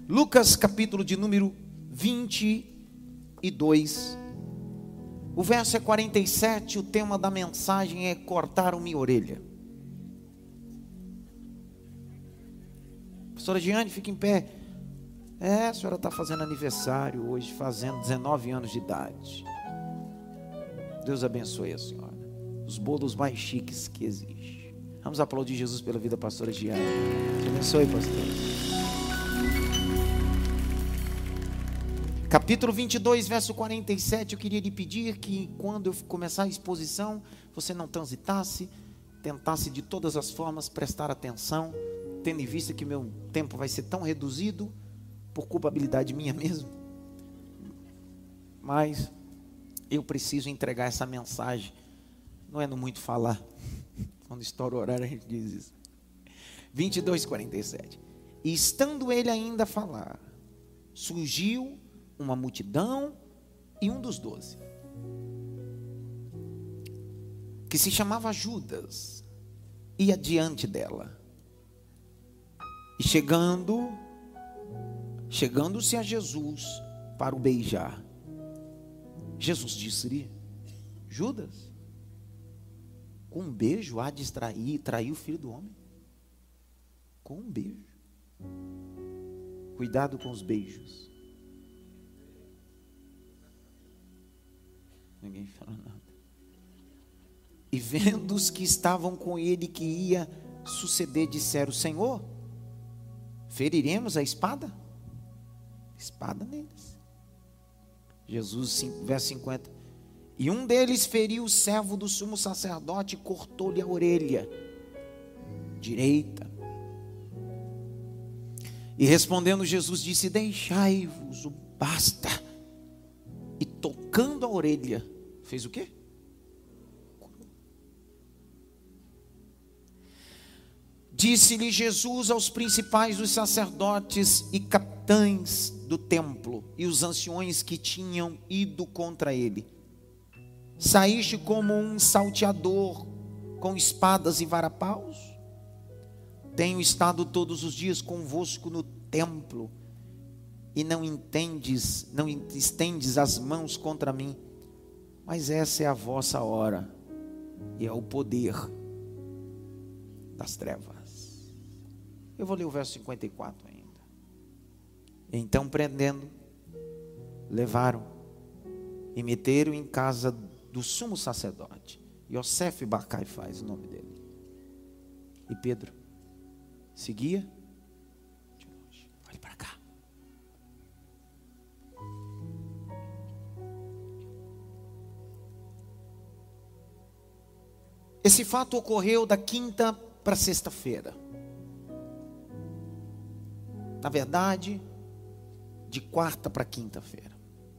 Lucas capítulo de número 22. O verso é 47, o tema da mensagem é cortaram-me orelha. Pastora Giane, fica em pé. A senhora está fazendo aniversário hoje, fazendo 19 anos de idade. Deus abençoe a senhora. Os bolos mais chiques que existem. Vamos aplaudir Jesus pela vida da pastora Giane. Deus abençoe, pastor. Capítulo 22, verso 47, eu queria lhe pedir que quando eu começar a exposição, você não transitasse, tentasse de todas as formas prestar atenção, tendo em vista que meu tempo vai ser tão reduzido, por culpabilidade minha mesmo, mas eu preciso entregar essa mensagem, não é no muito falar, quando estoura o horário a gente diz isso. 22, 47, e estando ele ainda a falar, surgiu uma multidão e um dos 12, que se chamava Judas, ia diante dela, e chegando-se a Jesus para o beijar, Jesus disse-lhe: Judas, com um beijo há de trair o Filho do Homem? Com um beijo. Cuidado com os beijos. Ninguém fala nada. E vendo os que estavam com ele que ia suceder, disseram: Senhor, feriremos a espada? Espada neles. Jesus, verso 50. E um deles feriu o servo do sumo sacerdote e cortou-lhe a orelha direita. E respondendo Jesus disse: Deixai-vos, basta. E tocando a orelha, fez o quê? Disse-lhe Jesus aos principais dos sacerdotes e capitães do templo e os anciões que tinham ido contra ele: Saíste como um salteador com espadas e varapaus? Tenho estado todos os dias convosco no templo e não estendes as mãos contra mim, mas essa é a vossa hora e é o poder das trevas. Eu vou ler o verso 54 ainda. Então, prendendo, levaram e meteram em casa do sumo sacerdote, Yosef Bar Caifás, o nome dele. E Pedro seguia de longe. Olhe para cá. Esse fato ocorreu da quinta para sexta-feira. Na verdade, de quarta para quinta-feira.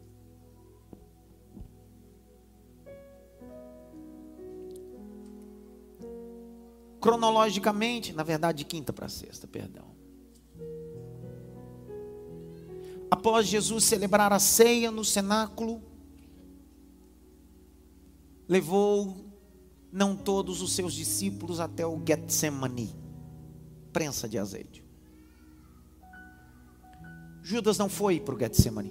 Cronologicamente, na verdade, de quinta para sexta, perdão. Após Jesus celebrar a ceia no cenáculo, levou não todos os seus discípulos até o Getsemane, prensa de azeite. Judas não foi para o Getsemane.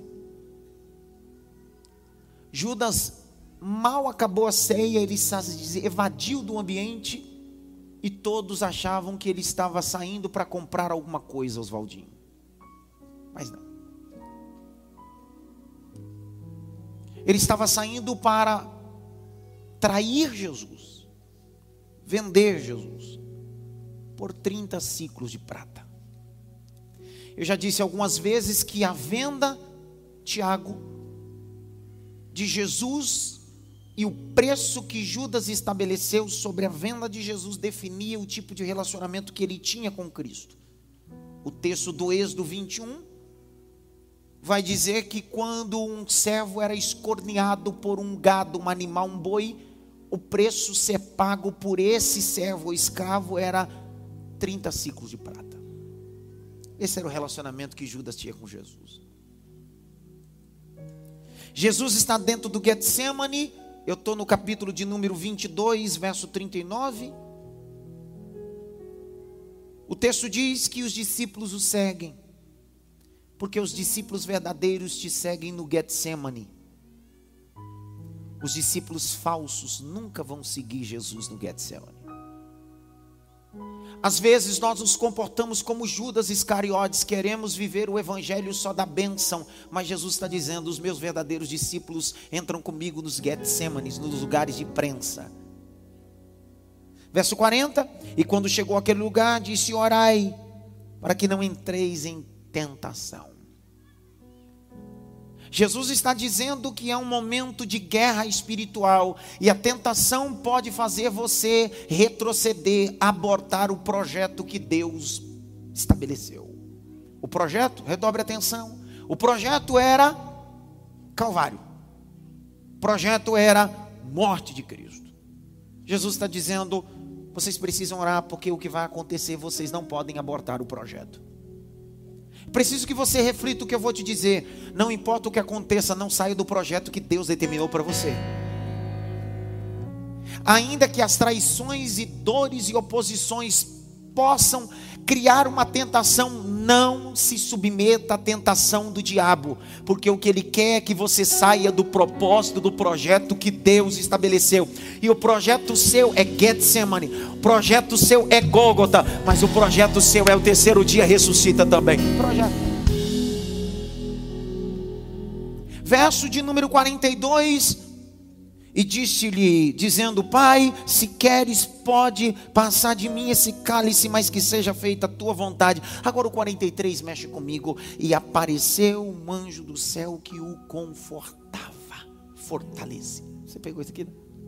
Judas mal acabou a ceia, ele evadiu do ambiente e todos achavam que ele estava saindo para comprar alguma coisa, Oswaldinho. Mas não. Ele estava saindo para trair Jesus, vender Jesus por 30 ciclos de prata. Eu já disse algumas vezes que a venda, Tiago, de Jesus e o preço que Judas estabeleceu sobre a venda de Jesus definia o tipo de relacionamento que ele tinha com Cristo. O texto do Êxodo 21 vai dizer que quando um servo era escorneado por um gado, um animal, um boi, o preço ser pago por esse servo ou escravo era 30 ciclos de prata. Esse era o relacionamento que Judas tinha com Jesus. Jesus está dentro do Getsemane. Eu estou no capítulo de número 22, verso 39. O texto diz que os discípulos o seguem. Porque os discípulos verdadeiros te seguem no Getsemane. Os discípulos falsos nunca vão seguir Jesus no Getsemane. Às vezes nós nos comportamos como Judas Iscariotes, queremos viver o evangelho só da bênção, mas Jesus está dizendo: os meus verdadeiros discípulos entram comigo nos Getsemanes, nos lugares de prensa. Verso 40, e quando chegou àquele lugar, disse: orai, para que não entreis em tentação. Jesus está dizendo que é um momento de guerra espiritual, e a tentação pode fazer você retroceder, abortar o projeto que Deus estabeleceu. O projeto, redobre a atenção, o projeto era Calvário, o projeto era morte de Cristo. Jesus está dizendo: vocês precisam orar, porque o que vai acontecer, vocês não podem abortar o projeto. Preciso que você reflita o que eu vou te dizer. Não importa o que aconteça, não saia do projeto que Deus determinou para você. Ainda que as traições e dores e oposições possam criar uma tentação, não se submeta à tentação do diabo, porque o que ele quer é que você saia do propósito, do projeto que Deus estabeleceu. E o projeto seu é Getsemane, o projeto seu é Gólgota, mas o projeto seu é o terceiro dia ressuscita também. Projeto. Verso de número 42. E disse-lhe, dizendo: Pai, se queres, pode passar de mim esse cálice, mas que seja feita a tua vontade. Agora o 43 mexe comigo. E apareceu um anjo do céu que o confortava, fortalece. Você pegou isso aqui?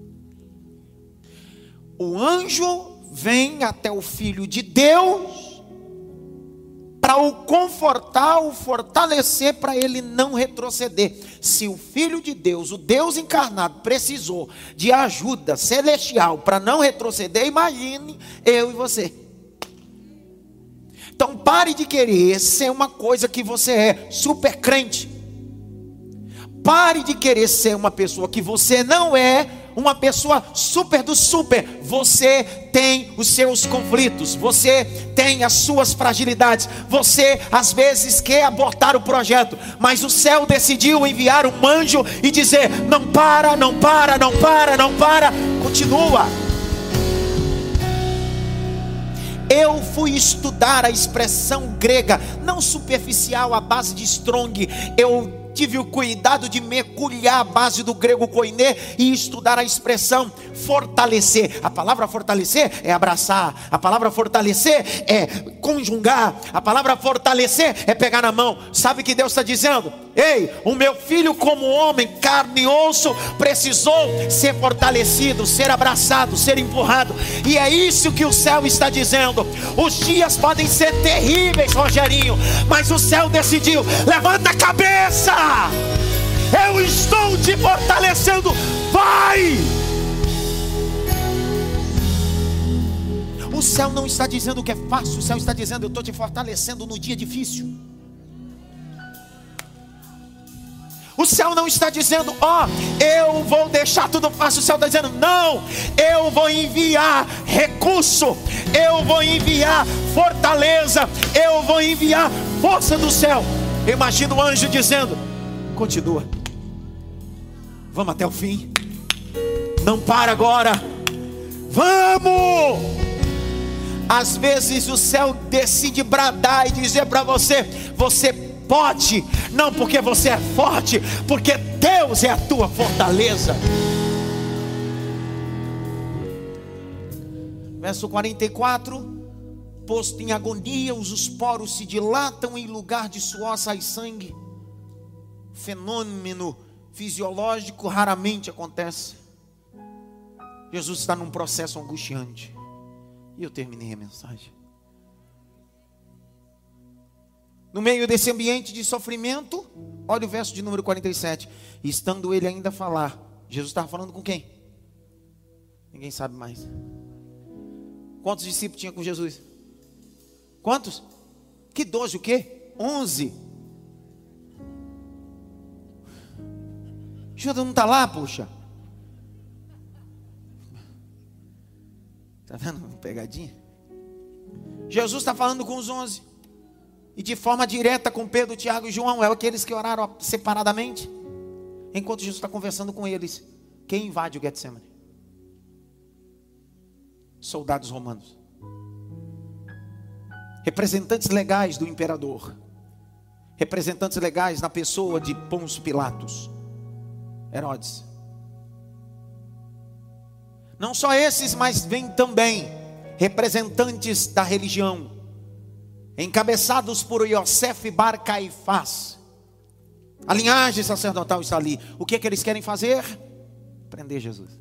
O anjo vem até o Filho de Deus para o confortar, o fortalecer, para ele não retroceder. Se o Filho de Deus, o Deus encarnado, precisou de ajuda celestial para não retroceder, imagine eu e você. Então pare de querer ser uma coisa que você é, super crente. Pare de querer ser uma pessoa que você não é, uma pessoa super do super. Você tem os seus conflitos, você tem as suas fragilidades, você às vezes quer abortar o projeto, mas o céu decidiu enviar um anjo e dizer: não para, não para, não para, não para, continua. Eu fui estudar a expressão grega, não superficial, à base de Strong. Eu tive o cuidado de mergulhar a base do grego koiné e estudar a expressão fortalecer. A palavra fortalecer é abraçar, a palavra fortalecer é conjugar, a palavra fortalecer é pegar na mão. Sabe o que Deus está dizendo? Ei, o meu filho, como homem, carne e osso, precisou ser fortalecido, ser abraçado, ser empurrado. E é isso que o céu está dizendo. Os dias podem ser terríveis, Rogerinho, mas o céu decidiu: levanta a cabeça, eu estou te fortalecendo, vai! O céu não está dizendo que é fácil, o céu está dizendo: eu estou te fortalecendo no dia difícil. O céu não está dizendo: eu vou deixar tudo fácil. O céu está dizendo: não, eu vou enviar recurso, eu vou enviar fortaleza, eu vou enviar força do céu. Imagina o anjo dizendo: continua, vamos até o fim, não para agora, vamos. Às vezes o céu decide bradar e dizer para você: você pode, não porque você é forte, porque Deus é a tua fortaleza. Verso 44. Posto em agonia, os poros se dilatam, em lugar de suor sai sangue. Fenômeno fisiológico raramente acontece. Jesus está num processo angustiante. E eu terminei a mensagem. No meio desse ambiente de sofrimento, olha o verso de número 47. Estando ele ainda a falar, Jesus estava falando com quem? Ninguém sabe mais. Quantos discípulos tinha com Jesus? Quantos? Que 12 o quê? 11. Judas não está lá, puxa. Está vendo? Pegadinha. Jesus está falando com os 11. e de forma direta com Pedro, Tiago e João, é aqueles que oraram separadamente. Enquanto Jesus está conversando com eles, quem invade o Getsemane? Soldados romanos, representantes legais do imperador, representantes legais na pessoa de Pôncio Pilatos, Herodes. Não só esses, mas vem também representantes da religião, encabeçados por Yosef Bar Caifás. A linhagem sacerdotal está ali. O que é que eles querem fazer? Prender Jesus.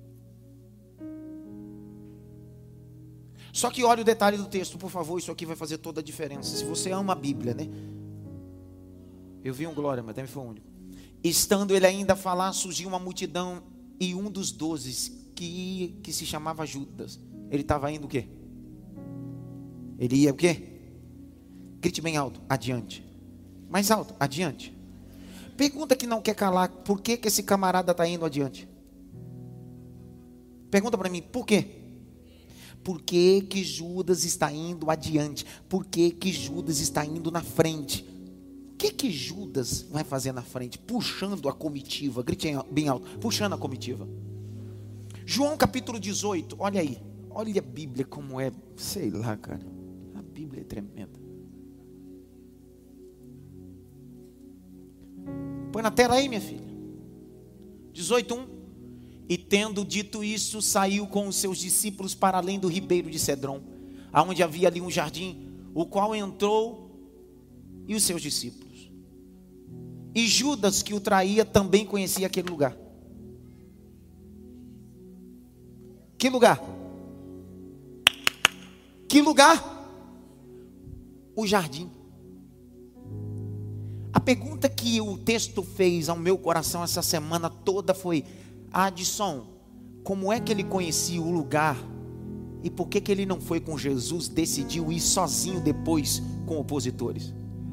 Só que olha o detalhe do texto, por favor, isso aqui vai fazer toda a diferença. Se você ama a Bíblia, né? Eu vi um glória, mas também foi o único. Estando ele ainda a falar, surgiu uma multidão e um dos 12 que se chamava Judas. Ele estava indo o quê? Ele ia o quê? Grite bem alto, adiante. Mais alto, adiante. Pergunta que não quer calar, por que esse camarada está indo adiante? Pergunta para mim, por quê? Por que Judas está indo adiante? Por que Judas está indo na frente? O que Judas vai fazer na frente? Puxando a comitiva, grite bem alto, puxando a comitiva. João capítulo 18, olha aí. Olha a Bíblia como é, sei lá, cara. A Bíblia é tremenda. Põe na tela aí, minha filha. 18:1. E tendo dito isso, saiu com os seus discípulos para além do ribeiro de Cedron, aonde havia ali um jardim, o qual entrou e os seus discípulos. E Judas, que o traía, também conhecia aquele lugar. Que lugar? Que lugar? O jardim. A pergunta que o texto fez ao meu coração essa semana toda foi: Adson, como é que ele conhecia o lugar? E por que ele não foi com Jesus, decidiu ir sozinho depois com opositores?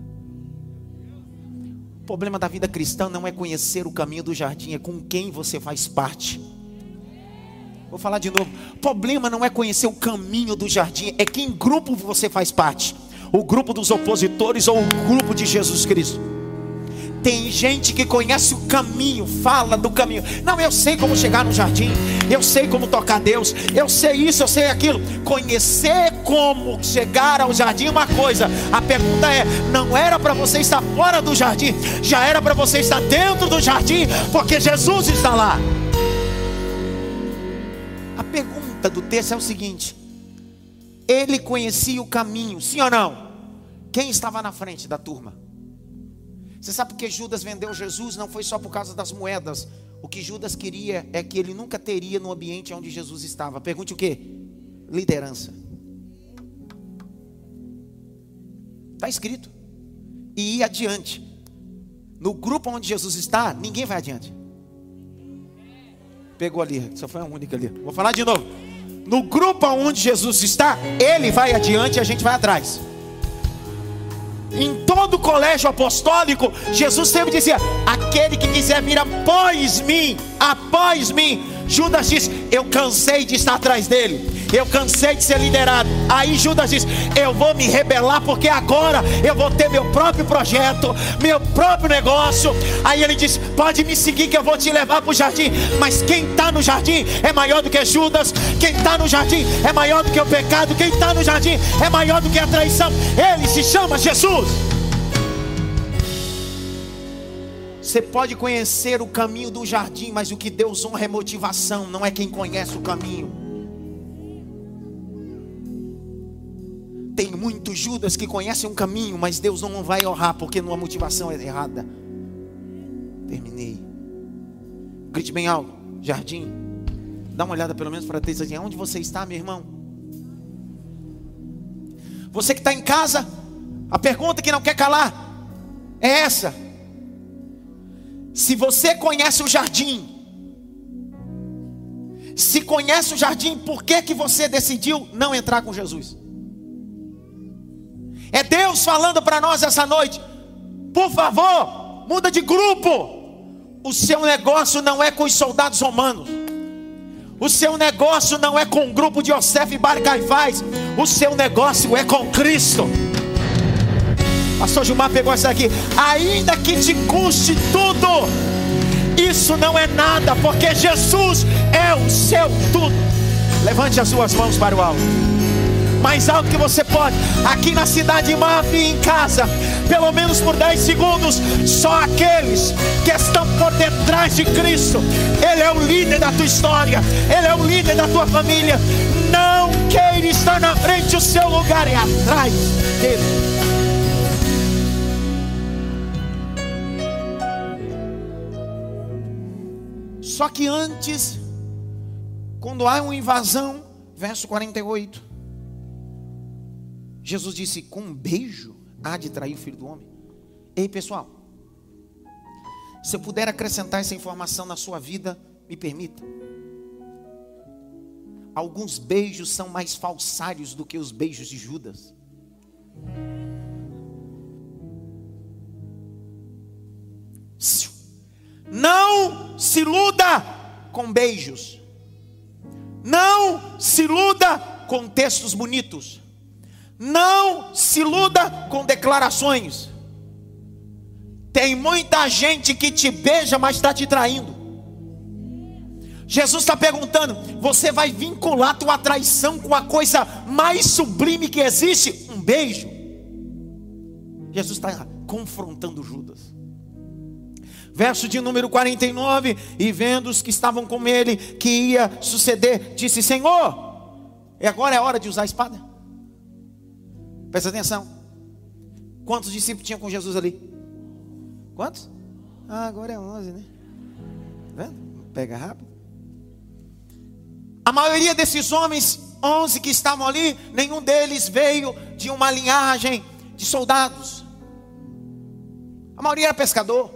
O problema da vida cristã não é conhecer o caminho do jardim, é com quem você faz parte. Vou falar de novo. O problema não é conhecer o caminho do jardim, é que em grupo você faz parte. O grupo dos opositores ou o grupo de Jesus Cristo. Tem gente que conhece o caminho, fala do caminho. Não, eu sei como chegar no jardim, eu sei como tocar Deus, eu sei isso, eu sei aquilo. Conhecer como chegar ao jardim é uma coisa. A pergunta é: não era para você estar fora do jardim, já era para você estar dentro do jardim, porque Jesus está lá. A pergunta do texto é o seguinte: ele conhecia o caminho, sim ou não? Quem estava na frente da turma? Você sabe por que Judas vendeu Jesus? Não foi só por causa das moedas. O que Judas queria é que ele nunca teria no ambiente onde Jesus estava. Pergunte o quê? Liderança. Está escrito. E ir adiante. No grupo onde Jesus está, ninguém vai adiante. Pegou ali, só foi a única ali. Vou falar de novo. No grupo onde Jesus está, ele vai adiante e a gente vai atrás. Em todo o colégio apostólico, Jesus sempre dizia: aquele que quiser vir após mim. Judas diz: eu cansei de estar atrás dele, eu cansei de ser liderado. Aí Judas diz: eu vou me rebelar, porque agora eu vou ter meu próprio projeto, meu próprio negócio. Aí ele diz: pode me seguir que eu vou te levar para o jardim. Mas quem está no jardim é maior do que Judas. Quem está no jardim é maior do que o pecado. Quem está no jardim é maior do que a traição. Ele se chama Jesus. Você pode conhecer o caminho do jardim, mas o que Deus honra é motivação, não é quem conhece o caminho. Tem muitos Judas que conhecem um caminho, mas Deus não vai honrar, porque a motivação é errada. Terminei. Grite bem alto: jardim. Dá uma olhada pelo menos para ter assim: onde você está, meu irmão? Você que está em casa, a pergunta que não quer calar é essa: se você conhece o jardim, se conhece o jardim, por que você decidiu não entrar com Jesus? É Deus falando para nós essa noite: por favor, muda de grupo. O seu negócio não é com os soldados romanos. O seu negócio não é com o grupo de Yosef Bar Caifás. O seu negócio é com Cristo. Pastor Gilmar pegou essa aqui. Ainda que te custe tudo, isso não é nada, porque Jesus é o seu tudo. Levante as suas mãos para o alto, mais alto que você pode. Aqui na cidade MAF e em casa, pelo menos por 10 segundos. Só aqueles que estão por detrás de Cristo. Ele é o líder da tua história, Ele é o líder da tua família. Não queira estar na frente, o seu lugar é atrás dele. Só que antes, quando há uma invasão, verso 48, Jesus disse: com um beijo há de trair o Filho do Homem. Ei, pessoal, se eu puder acrescentar essa informação na sua vida, me permita. Alguns beijos são mais falsários do que os beijos de Judas. Não se iluda com beijos. Não se iluda com textos bonitos. Não se iluda com declarações. Tem muita gente que te beija, mas está te traindo. Jesus está perguntando: você vai vincular tua traição com a coisa mais sublime que existe? Um beijo. Jesus está confrontando Judas. Verso de número 49. E vendo os que estavam com ele que ia suceder, disse: Senhor, agora é a hora de usar a espada. Presta atenção. Quantos discípulos tinham com Jesus ali? Quantos? Agora é 11, né? Tá vendo? Pega rápido. A maioria desses homens, 11 que estavam ali, nenhum deles veio de uma linhagem de soldados. A maioria era pescador.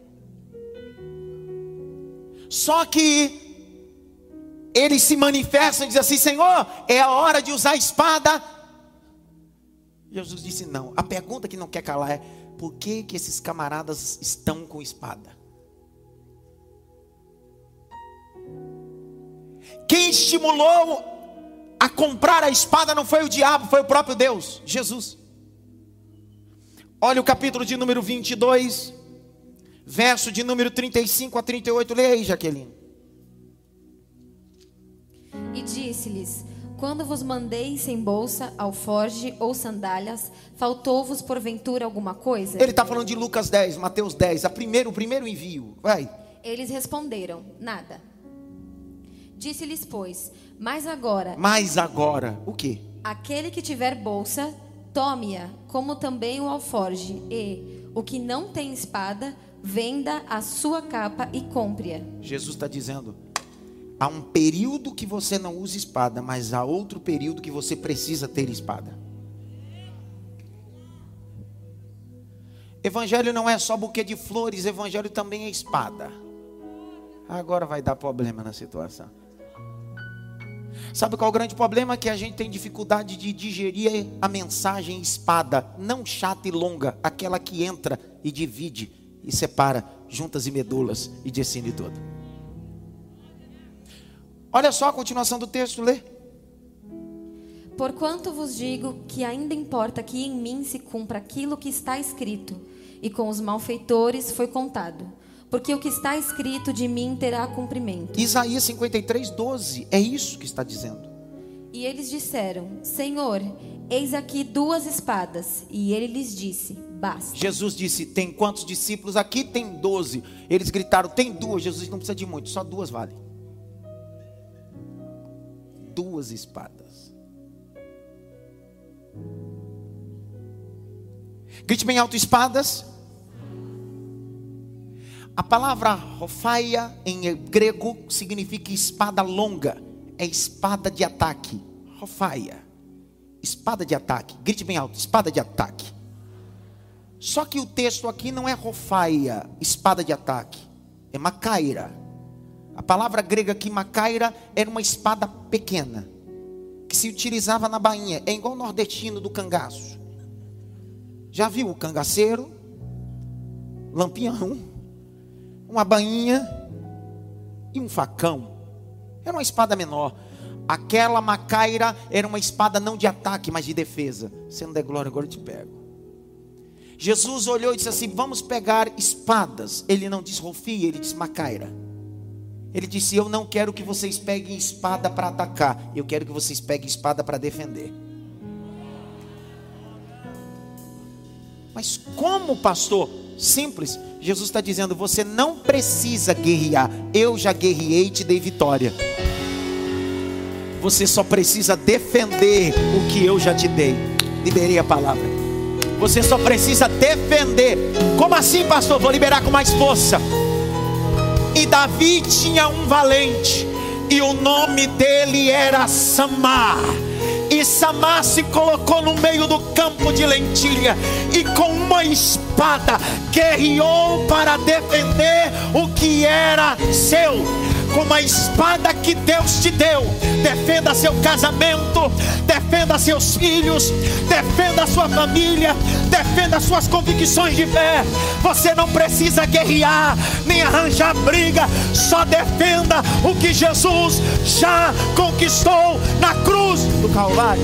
Só que eles se manifestam e dizem assim: Senhor, é a hora de usar a espada. Jesus disse não. A pergunta que não quer calar é: por que esses camaradas estão com espada? Quem estimulou a comprar a espada não foi o diabo, foi o próprio Deus, Jesus. Olha o capítulo de número 22, verso de número 35 a 38. Leia aí, Jaqueline. E disse-lhes: quando vos mandei sem bolsa, alforge ou sandálias, faltou-vos porventura alguma coisa? Ele está falando de Lucas 10, Mateus 10, o primeiro envio. Vai. Eles responderam: nada. Disse-lhes, pois: mas agora, o quê? aquele que tiver bolsa, tome-a, como também o alforge, e o que não tem espada, venda a sua capa e compre-a. Jesus está dizendo: há um período que você não usa espada, mas há outro período que você precisa ter espada. Evangelho não é só buquê de flores, evangelho também é espada. Agora vai dar problema na situação. Sabe qual é o grande problema? Que a gente tem dificuldade de digerir a mensagem espada, não chata e longa, aquela que entra e divide e separa juntas e medulas e decide tudo. Olha só a continuação do texto, lê. Porquanto vos digo que ainda importa que em mim se cumpra aquilo que está escrito, e com os malfeitores foi contado, porque o que está escrito de mim terá cumprimento. Isaías 53, 12, é isso que está dizendo. E eles disseram: Senhor, eis aqui 2 espadas. E ele lhes disse: basta. Jesus disse: tem quantos discípulos aqui? Tem 12. Eles gritaram: tem 2. Jesus disse: não precisa de muito, só 2 vale. 2 espadas. Grite bem alto: espadas. A palavra rofaia em grego significa espada longa. É espada de ataque. Rofaia, espada de ataque. Grite bem alto: espada de ataque. Só que o texto aqui não é rofaia, espada de ataque. É macaira. A palavra grega aqui, macaira, era uma espada pequena, que se utilizava na bainha. É igual o nordestino do cangaço. Já viu o cangaceiro? Lampião, uma bainha e um facão. Era uma espada menor. Aquela macaira era uma espada não de ataque, mas de defesa. Se não der glória, agora eu te pego. Jesus olhou e disse assim: vamos pegar espadas. Ele não disse rofia, ele disse macaira. Ele disse: eu não quero que vocês peguem espada para atacar, eu quero que vocês peguem espada para defender. Mas como, pastor? Simples. Jesus está dizendo: você não precisa guerrear, eu já guerreei e te dei vitória. Você só precisa defender o que eu já te dei. Liberei a palavra. Você só precisa defender. Como assim, pastor? Vou liberar com mais força. E Davi tinha um valente, e o nome dele era Samar. E Samar se colocou no meio do campo de lentilha, e com uma espada guerreou para defender o que era seu. Com uma espada que Deus te deu, defenda seu casamento, defenda seus filhos, defenda a sua família, defenda suas convicções de fé. Você não precisa guerrear, nem arranjar briga, só defenda o que Jesus já conquistou na cruz do Calvário.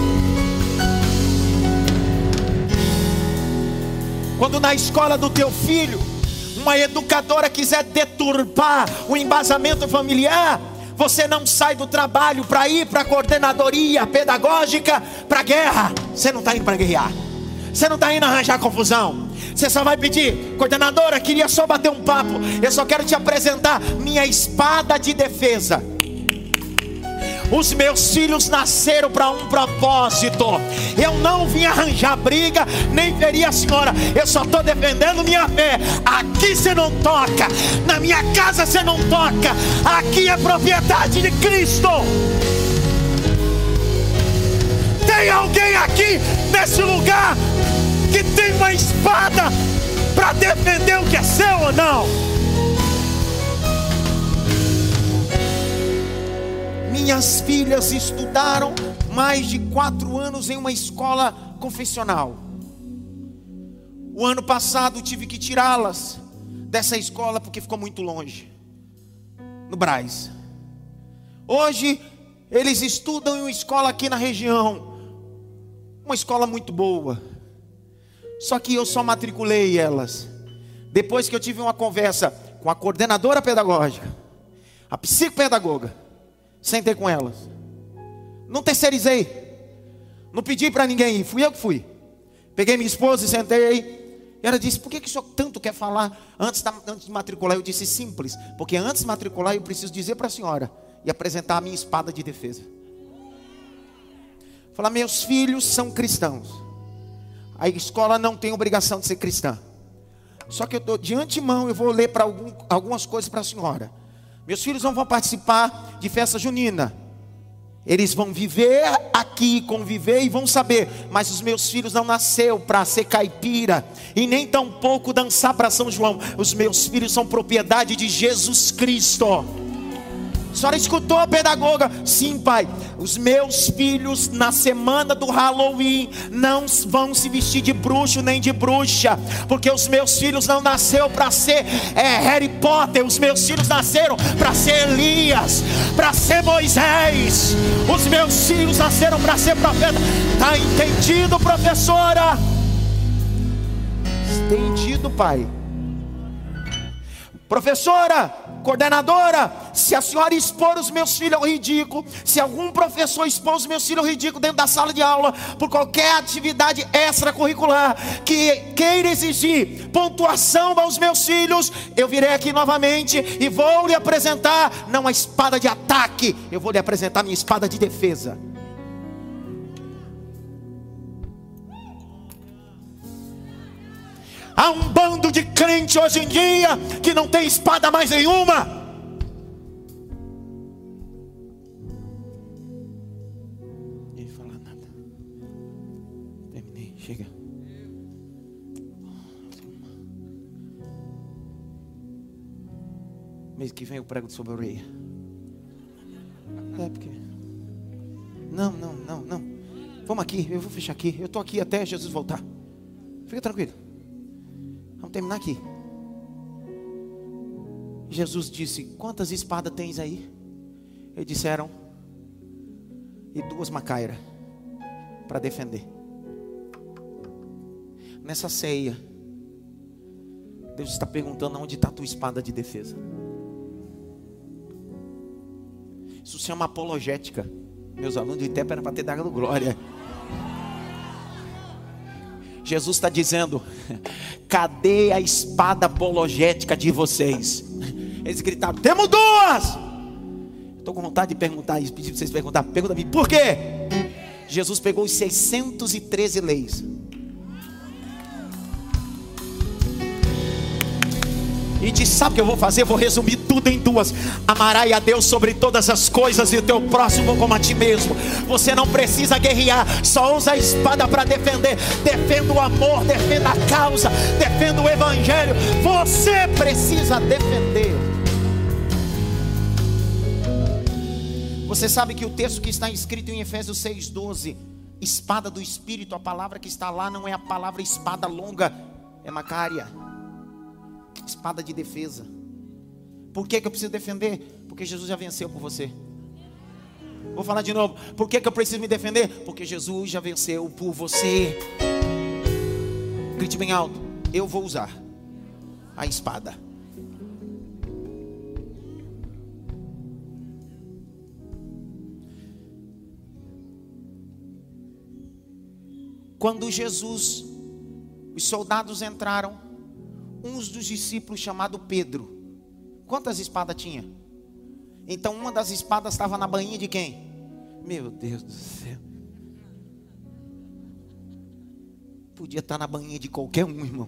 Quando na escola do teu filho uma educadora quiser deturpar o embasamento familiar, você não sai do trabalho para ir para a coordenadoria pedagógica para a guerra. Você não está indo para guerrear, você não está indo arranjar confusão. Você só vai pedir: coordenadora, queria só bater um papo, eu só quero te apresentar minha espada de defesa. Os meus filhos nasceram para um propósito. Eu não vim arranjar briga, nem ferir a senhora. Eu só estou defendendo minha fé. Aqui você não toca, na minha casa você não toca. Aqui é propriedade de Cristo. Tem alguém aqui nesse lugar que tem uma espada para defender o que é seu ou não? Minhas filhas estudaram mais de 4 anos em uma escola confessional. O ano passado tive que tirá-las dessa escola porque ficou muito longe, no Brás. Hoje eles estudam em uma escola aqui na região, uma escola muito boa. Só que eu só matriculei elas depois que eu tive uma conversa com a coordenadora pedagógica, a psicopedagoga. Sentei com elas, não terceirizei, não pedi para ninguém ir, fui eu que fui. Peguei minha esposa e sentei. E ela disse: por que o senhor tanto quer falar antes de matricular? Eu disse: simples, porque antes de matricular eu preciso dizer para a senhora e apresentar a minha espada de defesa. Falar: meus filhos são cristãos, a escola não tem obrigação de ser cristã. Só que de antemão eu vou ler para algumas coisas para a senhora. Meus filhos não vão participar de festa junina. Eles vão viver aqui, conviver e vão saber. Mas os meus filhos não nasceram para ser caipira e nem tampouco dançar para São João. Os meus filhos são propriedade de Jesus Cristo. A senhora escutou a pedagoga? Sim, pai. Os meus filhos na semana do Halloween não vão se vestir de bruxo nem de bruxa, porque os meus filhos não nasceram para ser Harry Potter. Os meus filhos nasceram para ser Elias, para ser Moisés. Os meus filhos nasceram para ser profeta. Está entendido, professora? Entendido, pai. Professora, coordenadora, se a senhora expor os meus filhos ao ridículo, se algum professor expor os meus filhos ao ridículo dentro da sala de aula, por qualquer atividade extracurricular que queira exigir pontuação aos meus filhos, eu virei aqui novamente e vou lhe apresentar, não a espada de ataque, eu vou lhe apresentar minha espada de defesa. Há um bando de crente hoje em dia que não tem espada mais nenhuma. Nem falar nada. Terminei, chega. Mês que vem eu prego sobre a orelha. É porque... Não. Vamos aqui, eu vou fechar aqui. Eu estou aqui até Jesus voltar. Fica tranquilo. Vamos terminar aqui. Jesus disse: quantas espadas tens aí? Eles disseram: e 2 macairas para defender. Nessa ceia, Deus está perguntando: onde está a tua espada de defesa? Isso se chama apologética. Meus alunos de tempo era para ter dado glória. Jesus está dizendo: cadê a espada apologética de vocês? Eles gritaram: temos duas. Estou com vontade de perguntar isso, pedir para vocês perguntar. Pergunta-me, por quê? Jesus pegou os 613 leis e disse: sabe o que eu vou fazer? Eu vou resumir tudo em duas: amarás a Deus sobre todas as coisas e o teu próximo como a ti mesmo. Você não precisa guerrear, só usa a espada para defender. Defenda o amor, defenda a causa, defenda o evangelho. Você precisa defender. Você sabe que o texto que está escrito em Efésios 6:12, espada do Espírito, a palavra que está lá não é a palavra espada longa, é macária, espada de defesa. Por que eu preciso defender? Porque Jesus já venceu por você. Vou falar de novo. Por que eu preciso me defender? Porque Jesus já venceu por você. Grite bem alto: eu vou usar a espada. Quando Jesus, os soldados entraram, um dos discípulos chamado Pedro, quantas espadas tinha? Então uma das espadas estava na bainha de quem? Meu Deus do céu. Podia estar na bainha de qualquer um, irmão.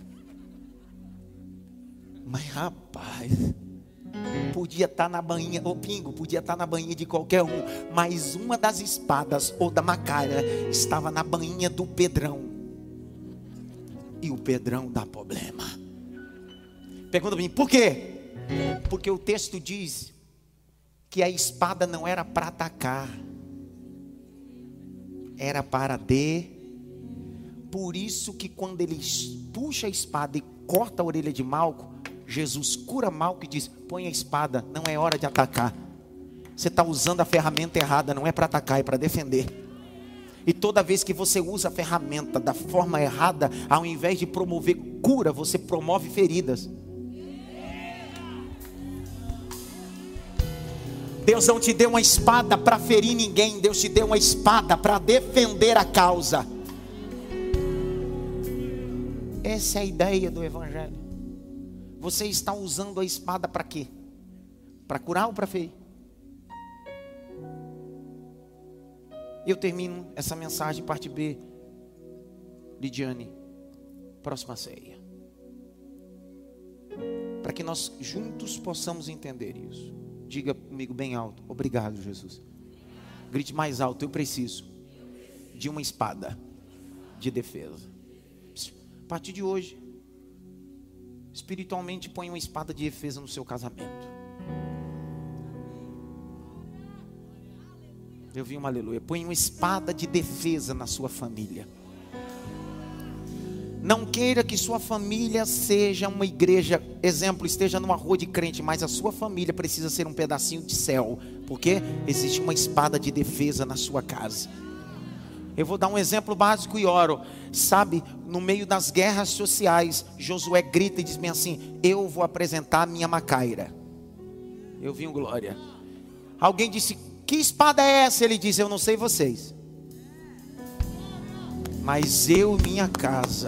Mas rapaz, podia estar na bainha, ô Pingo, podia estar na bainha de qualquer um. Mas uma das espadas, ou da macária, estava na bainha do Pedrão. E o Pedrão dá problema. Pergunta para mim, por quê? Porque o texto diz que a espada não era para atacar, era para Por isso que quando ele puxa a espada e corta a orelha de Malco, Jesus cura Malco e diz: põe a espada, não é hora de atacar. Você está usando a ferramenta errada, não é para atacar, é para defender. E toda vez que você usa a ferramenta da forma errada, ao invés de promover cura, você promove feridas. Deus não te deu uma espada para ferir ninguém, Deus te deu uma espada para defender a causa. Essa é a ideia do evangelho. Você está usando a espada para quê? Para curar ou para ferir? Eu termino essa mensagem, parte B. Lidiane, próxima ceia. Para que nós juntos possamos entender isso. Diga comigo bem alto: obrigado, Jesus. Grite mais alto: eu preciso de uma espada de defesa. A partir de hoje, espiritualmente, põe uma espada de defesa no seu casamento. Eu vi uma aleluia. Põe uma espada de defesa na sua família. Não queira que sua família seja uma igreja, exemplo, esteja numa rua de crente, mas a sua família precisa ser um pedacinho de céu, porque existe uma espada de defesa na sua casa. Eu vou dar um exemplo básico e oro. Sabe, no meio das guerras sociais, Josué grita e diz bem assim: eu vou apresentar a minha macaira. Eu vi um glória. Alguém disse: que espada é essa? Ele disse: eu não sei vocês, mas eu e minha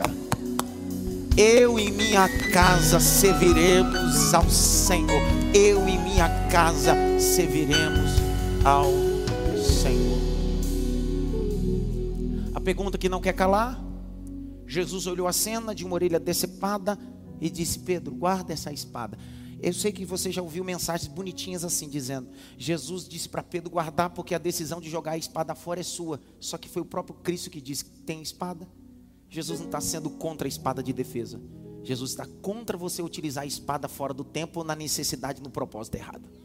casa serviremos ao Senhor. Eu e minha casa serviremos ao Senhor. A pergunta que não quer calar: Jesus olhou a cena de uma orelha decepada e disse: Pedro, guarda essa espada. Eu sei que você já ouviu mensagens bonitinhas assim, dizendo: Jesus disse para Pedro guardar porque a decisão de jogar a espada fora é sua. Só que foi o próprio Cristo que disse: tem espada. Jesus não está sendo contra a espada de defesa. Jesus está contra você utilizar a espada fora do tempo ou na necessidade, no propósito errado.